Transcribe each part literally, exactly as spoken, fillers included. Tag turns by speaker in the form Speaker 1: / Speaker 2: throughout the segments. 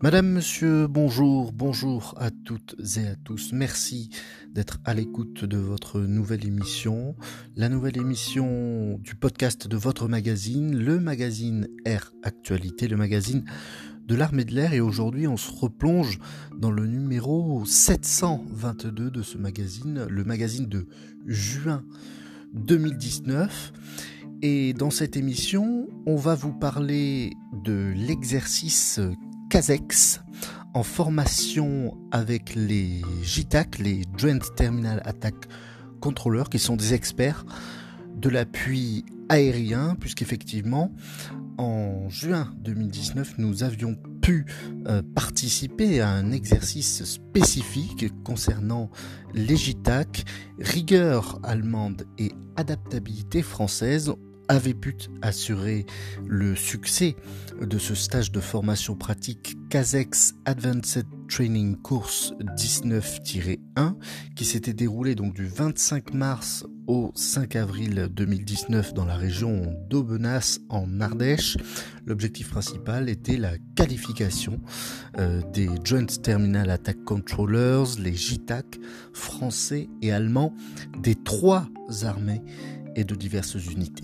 Speaker 1: Madame, monsieur, bonjour, bonjour à toutes et à tous. Merci d'être à l'écoute de votre nouvelle émission, la nouvelle émission du podcast de votre magazine, le magazine Air Actualité, le magazine de l'armée de l'air. Et aujourd'hui, on se replonge dans le numéro sept cent vingt-deux de ce magazine, le magazine de juin deux mille dix-neuf. Et dans cette émission, on va vous parler de l'exercice CASEX en formation avec les J TAC, les Joint Terminal Attack Controllers, qui sont des experts de l'appui aérien, puisqu'effectivement, en juin deux mille dix-neuf, nous avions pu euh, participer à un exercice spécifique concernant les J TAC, rigueur allemande et adaptabilité française, avait pu assurer le succès de ce stage de formation pratique CASEX Advanced Training Course dix-neuf tiret un qui s'était déroulé donc du vingt-cinq mars au cinq avril deux mille dix-neuf dans la région d'Aubenas en Ardèche. L'objectif principal était la qualification euh, des Joint Terminal Attack Controllers, les J TAC français et allemands des trois armées et de diverses unités.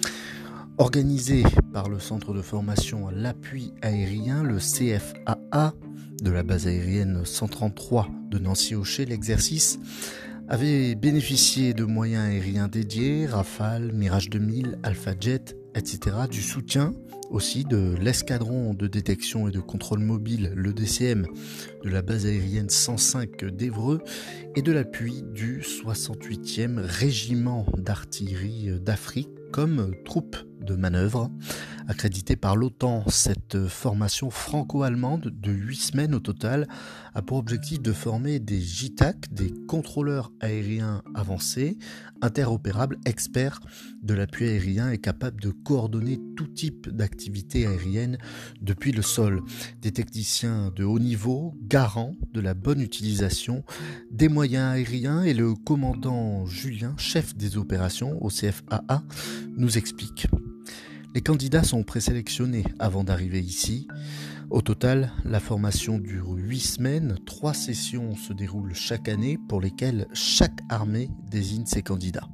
Speaker 1: Organisé par le centre de formation à l'appui aérien, le C F A A, de la base aérienne cent trente-trois de Nancy-Ochet, l'exercice avait bénéficié de moyens aériens dédiés, Rafale, Mirage deux mille, Alpha Jet, et cetera, du soutien aussi de l'escadron de détection et de contrôle mobile, le D C M, de la base aérienne cent cinq d'Évreux et de l'appui du soixante-huitième régiment d'artillerie d'Afrique comme troupe de manœuvre, accréditée par l'OTAN. Cette formation franco-allemande de huit semaines au total a pour objectif de former des J TAC, des contrôleurs aériens avancés, interopérables, experts de l'appui aérien et capables de coordonner tout type d'activité aérienne depuis le sol. Des techniciens de haut niveau, garants de la bonne utilisation des moyens aériens, et le commandant Julien, chef des opérations au C F A A, nous explique. Les candidats sont présélectionnés avant d'arriver ici. Au total, la formation dure huit semaines, trois sessions se déroulent chaque année pour lesquelles chaque armée désigne ses candidats.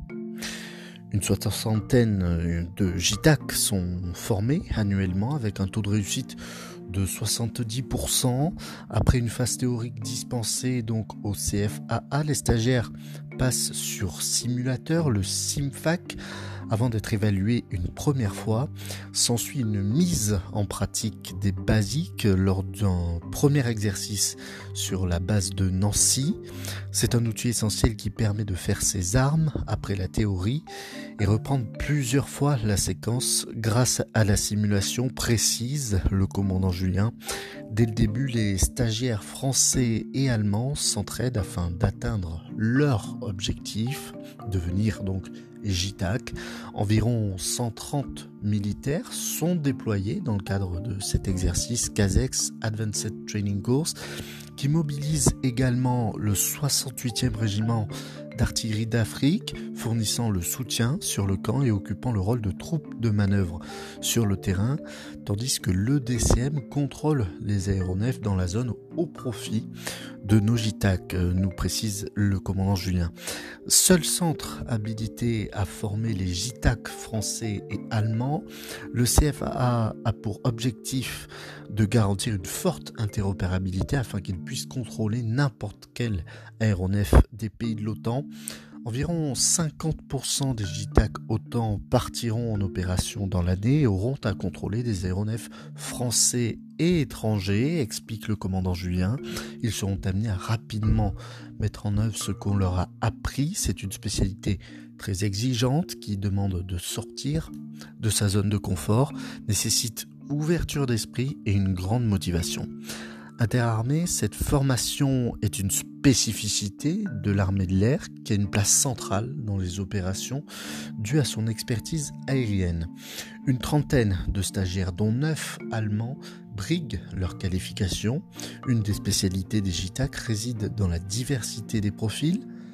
Speaker 1: Une soixantaine de J TAC sont formés annuellement avec un taux de réussite de soixante-dix pour cent. Après une phase théorique dispensée donc au C F A A, les stagiaires passent sur simulateur, le SimFac, avant d'être évalués une première fois. S'ensuit une mise en pratique des basiques lors d'un premier exercice sur la base de Nancy. C'est un outil essentiel qui permet de faire ses armes après la théorie et reprendre plusieurs fois la séquence grâce à la simulation précise, le commandant Julien. Dès le début, les stagiaires français et allemands s'entraident afin d'atteindre leur objectif, devenir donc J TAC. Environ cent trente militaires sont déployés dans le cadre de cet exercice CASEX Advanced Training Course, qui mobilise également le soixante-huitième régiment d'artillerie d'Afrique, fournissant le soutien sur le camp et occupant le rôle de troupe de manœuvre sur le terrain, tandis que le D C M contrôle les aéronefs dans la zone au profit de nos J TAC, nous précise le commandant Julien. Seul centre habilité à former les J TAC français et allemands, le C F A A a pour objectif de garantir une forte interopérabilité afin qu'il puisse contrôler n'importe quel aéronef des pays de l'OTAN. Environ cinquante pour cent des J TAC OTAN partiront en opération dans l'année et auront à contrôler des aéronefs français et étrangers, explique le commandant Julien. Ils seront amenés à rapidement mettre en œuvre ce qu'on leur a appris. C'est une spécialité très exigeante qui demande de sortir de sa zone de confort, nécessite ouverture d'esprit et une grande motivation. Interarmée, cette formation est une spécificité de l'armée de l'air qui a une place centrale dans les opérations due à son expertise aérienne. Une trentaine de stagiaires, dont neuf allemands, briguent leur qualification. Une des spécialités des J TAC réside dans la diversité des profils.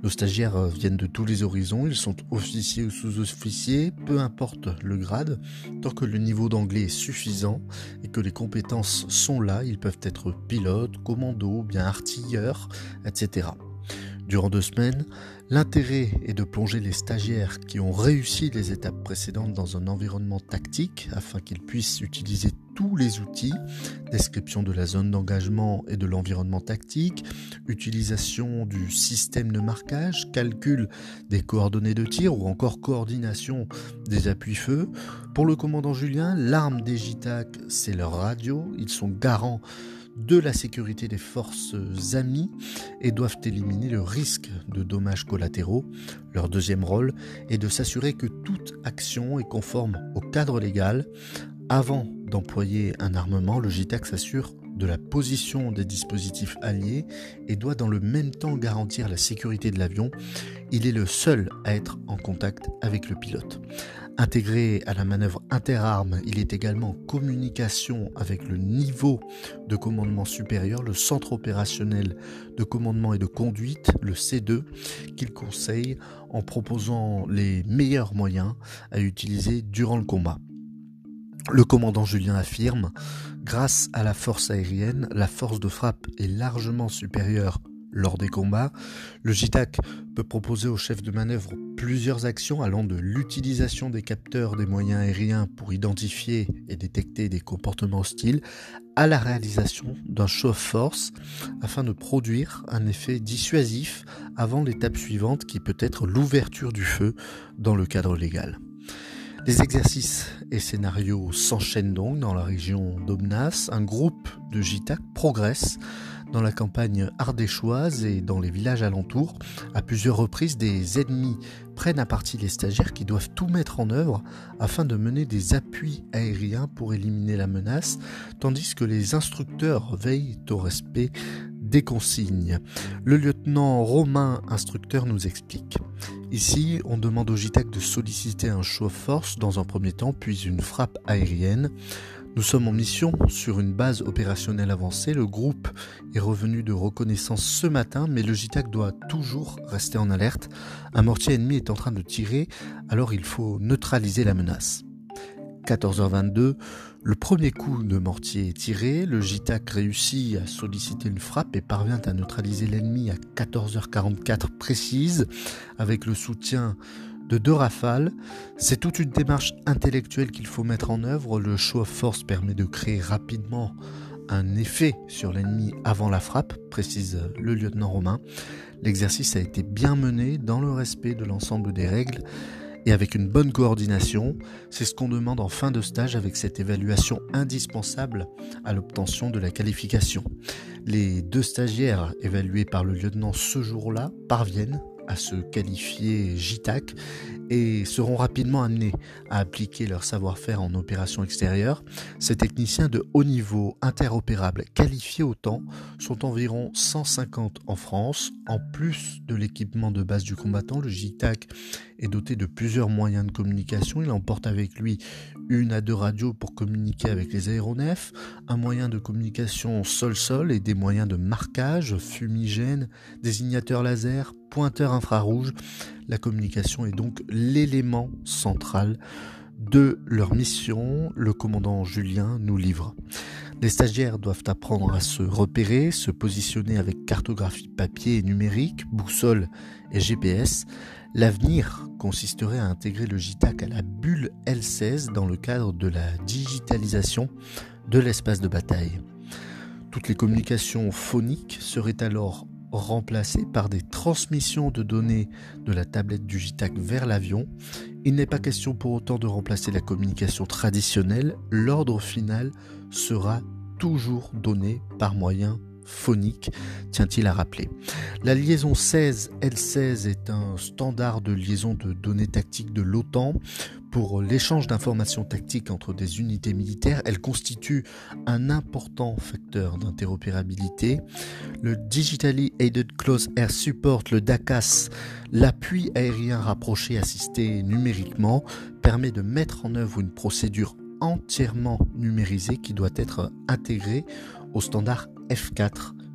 Speaker 1: Nos stagiaires viennent de tous les horizons, ils sont officiers ou sous-officiers, peu importe le grade, tant que le niveau d'anglais est suffisant et que les compétences sont là, ils peuvent être pilotes, commandos, bien artilleurs, et cetera. Durant deux semaines, l'intérêt est de plonger les stagiaires qui ont réussi les étapes précédentes dans un environnement tactique afin qu'ils puissent utiliser tous les outils, description de la zone d'engagement et de l'environnement tactique, utilisation du système de marquage, calcul des coordonnées de tir ou encore coordination des appuis-feu. Pour le commandant Julien, l'arme des J TAC, c'est leur radio, ils sont garants de la sécurité des forces amies et doivent éliminer le risque de dommages collatéraux. Leur deuxième rôle est de s'assurer que toute action est conforme au cadre légal. Avant d'employer un armement, le J TAC s'assure de la position des dispositifs alliés et doit dans le même temps garantir la sécurité de l'avion. Il est le seul à être en contact avec le pilote. Intégré à la manœuvre interarmes, il est également en communication avec le niveau de commandement supérieur, le centre opérationnel de commandement et de conduite, le C deux, qu'il conseille en proposant les meilleurs moyens à utiliser durant le combat. Le commandant Julien affirme, grâce à la force aérienne, la force de frappe est largement supérieure lors des combats. Le J TAC peut proposer au chef de manœuvre plusieurs actions allant de l'utilisation des capteurs des moyens aériens pour identifier et détecter des comportements hostiles à la réalisation d'un show of force afin de produire un effet dissuasif avant l'étape suivante qui peut être l'ouverture du feu dans le cadre légal. Les exercices et scénarios s'enchaînent donc dans la région d'Aubenas. Un groupe de J TAC progresse dans la campagne ardéchoise et dans les villages alentours. À plusieurs reprises, des ennemis prennent à partie les stagiaires qui doivent tout mettre en œuvre afin de mener des appuis aériens pour éliminer la menace, tandis que les instructeurs veillent au respect des consignes. Le lieutenant Romain, instructeur, nous explique. Ici, on demande au J TAC de solliciter un show of force dans un premier temps, puis une frappe aérienne. Nous sommes en mission sur une base opérationnelle avancée. Le groupe est revenu de reconnaissance ce matin, mais le J TAC doit toujours rester en alerte. Un mortier ennemi est en train de tirer, alors il faut neutraliser la menace. quatorze heures vingt-deux, le premier coup de mortier est tiré, le J TAC réussit à solliciter une frappe et parvient à neutraliser l'ennemi à quatorze heures quarante-quatre précise, avec le soutien de deux rafales. C'est toute une démarche intellectuelle qu'il faut mettre en œuvre. Le show of force permet de créer rapidement un effet sur l'ennemi avant la frappe, précise le lieutenant Romain. L'exercice a été bien mené dans le respect de l'ensemble des règles et avec une bonne coordination. C'est ce qu'on demande en fin de stage avec cette évaluation indispensable à l'obtention de la qualification. Les deux stagiaires évalués par le lieutenant ce jour-là parviennent à se qualifier J TAC et seront rapidement amenés à appliquer leur savoir-faire en opération extérieure. Ces techniciens de haut niveau interopérables qualifiés au temps sont environ cent cinquante en France. En plus de l'équipement de base du combattant, le J TAC est doté de plusieurs moyens de communication. Il emporte avec lui une à deux radios pour communiquer avec les aéronefs, un moyen de communication sol-sol et des moyens de marquage, fumigène, désignateur laser, pointeur infrarouge. La communication est donc l'élément central de leur mission. Le commandant Julien nous livre. Les stagiaires doivent apprendre à se repérer, se positionner avec cartographie papier et numérique, boussole et G P S. L'avenir consisterait à intégrer le J TAC à la bulle L seize dans le cadre de la digitalisation de l'espace de bataille. Toutes les communications phoniques seraient alors remplacées par des transmissions de données de la tablette du J TAC vers l'avion. Il n'est pas question pour autant de remplacer la communication traditionnelle. L'ordre final sera toujours donné par moyen phonique, tient-il à rappeler. La liaison seize L seize est un standard de liaison de données tactiques de l'OTAN. Pour l'échange d'informations tactiques entre des unités militaires, elle constitue un important facteur d'interopérabilité. Le Digitally Aided Close Air Support, le D A C A S, l'appui aérien rapproché assisté numériquement, permet de mettre en œuvre une procédure entièrement numérisée qui doit être intégrée au standard F quatre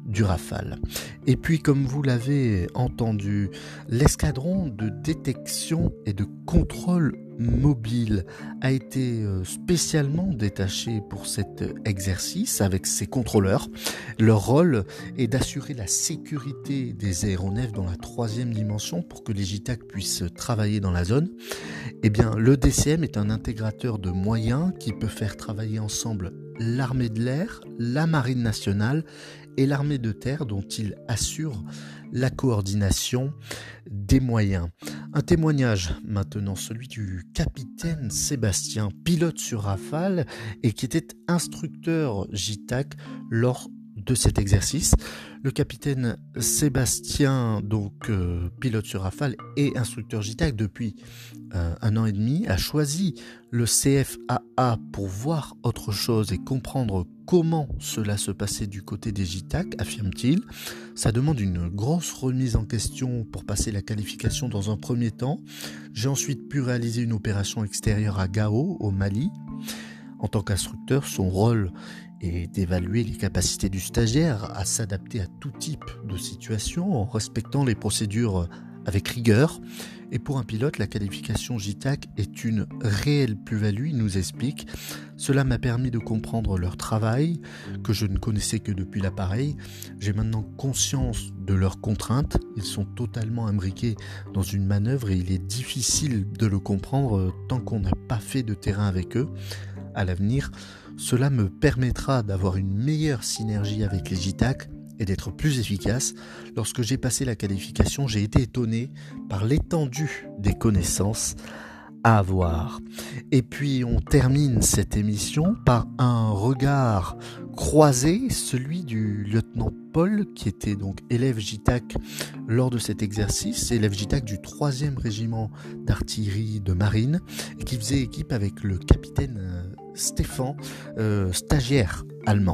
Speaker 1: du Rafale. Et puis, comme vous l'avez entendu, l'escadron de détection et de contrôle mobile a été spécialement détaché pour cet exercice avec ses contrôleurs. Leur rôle est d'assurer la sécurité des aéronefs dans la troisième dimension pour que les J TAC puissent travailler dans la zone. Eh bien, le D C M est un intégrateur de moyens qui peut faire travailler ensemble l'armée de l'air, la marine nationale et l'armée de terre dont il assure la coordination des moyens. Un témoignage maintenant, celui du capitaine Sébastien, pilote sur Rafale et qui était instructeur J TAC lors de cet exercice. Le capitaine Sébastien, donc euh, pilote sur Rafale et instructeur J TAC depuis euh, un an et demi, a choisi le C F A A pour voir autre chose et comprendre comment cela se passait du côté des J TAC, affirme-t-il. Ça demande une grosse remise en question pour passer la qualification dans un premier temps. J'ai ensuite pu réaliser une opération extérieure à Gao, au Mali. En tant qu'instructeur, son rôle est d'évaluer les capacités du stagiaire à s'adapter à tout type de situation en respectant les procédures avec rigueur. Et pour un pilote, la qualification J TAC est une réelle plus-value, il nous explique. Cela m'a permis de comprendre leur travail, que je ne connaissais que depuis l'appareil. J'ai maintenant conscience de leurs contraintes. Ils sont totalement imbriqués dans une manœuvre et il est difficile de le comprendre tant qu'on n'a pas fait de terrain avec eux. À l'avenir, cela me permettra d'avoir une meilleure synergie avec les J TAC et d'être plus efficace. Lorsque j'ai passé la qualification, j'ai été étonné par l'étendue des connaissances à avoir. Et puis on termine cette émission par un regard croisé, celui du lieutenant Paul, qui était donc élève J TAC lors de cet exercice, élève J TAC du troisième régiment d'artillerie de marine, et qui faisait équipe avec le capitaine Stéphane, euh, stagiaire allemand.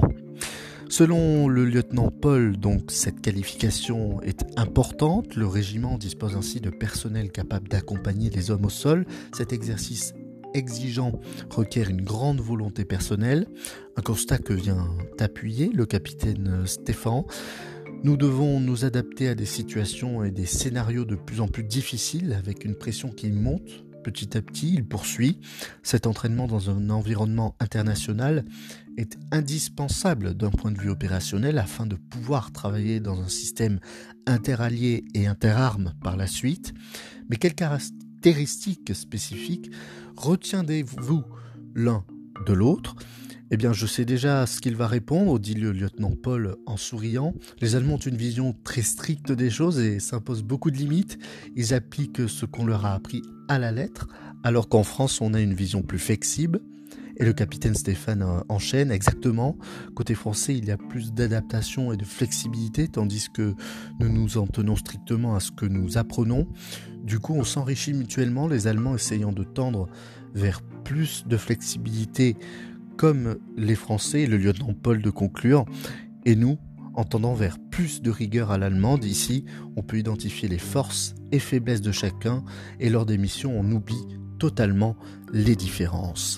Speaker 1: Selon le lieutenant Paul, donc, cette qualification est importante. Le régiment dispose ainsi de personnel capable d'accompagner les hommes au sol. Cet exercice exigeant requiert une grande volonté personnelle. Un constat que vient appuyer le capitaine Stéphane. Nous devons nous adapter à des situations et des scénarios de plus en plus difficiles avec une pression qui monte. Petit à petit, il poursuit. Cet entraînement dans un environnement international est indispensable d'un point de vue opérationnel afin de pouvoir travailler dans un système interallié et interarmes par la suite. Mais quelles caractéristiques spécifiques retiendrez-vous l'un de l'autre ? Eh bien, je sais déjà ce qu'il va répondre, dit le lieutenant Paul en souriant. Les Allemands ont une vision très stricte des choses et s'imposent beaucoup de limites. Ils appliquent ce qu'on leur a appris à la lettre, alors qu'en France, on a une vision plus flexible. Et le capitaine Stéphane enchaîne exactement. Côté français, il y a plus d'adaptation et de flexibilité, tandis que nous nous en tenons strictement à ce que nous apprenons. Du coup, on s'enrichit mutuellement, les Allemands essayant de tendre vers plus de flexibilité comme les Français, et le lieutenant Paul de conclure, et nous, en tendant vers plus de rigueur à l'allemande. Ici, on peut identifier les forces et faiblesses de chacun, et lors des missions, on oublie totalement les différences.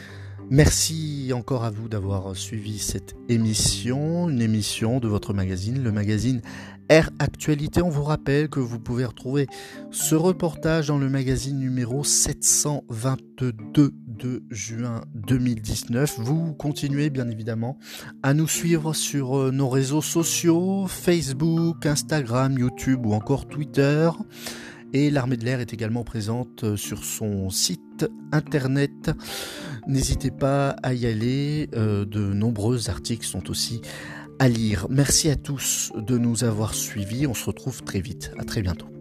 Speaker 1: Merci encore à vous d'avoir suivi cette émission, une émission de votre magazine, le magazine Air Actualité. On vous rappelle que vous pouvez retrouver ce reportage dans le magazine numéro sept cent vingt-deux de juin deux mille dix-neuf. Vous continuez bien évidemment à nous suivre sur nos réseaux sociaux, Facebook, Instagram, YouTube ou encore Twitter. Et l'armée de l'air est également présente sur son site internet. N'hésitez pas à y aller, euh, de nombreux articles sont aussi à lire. Merci à tous de nous avoir suivis, on se retrouve très vite, à très bientôt.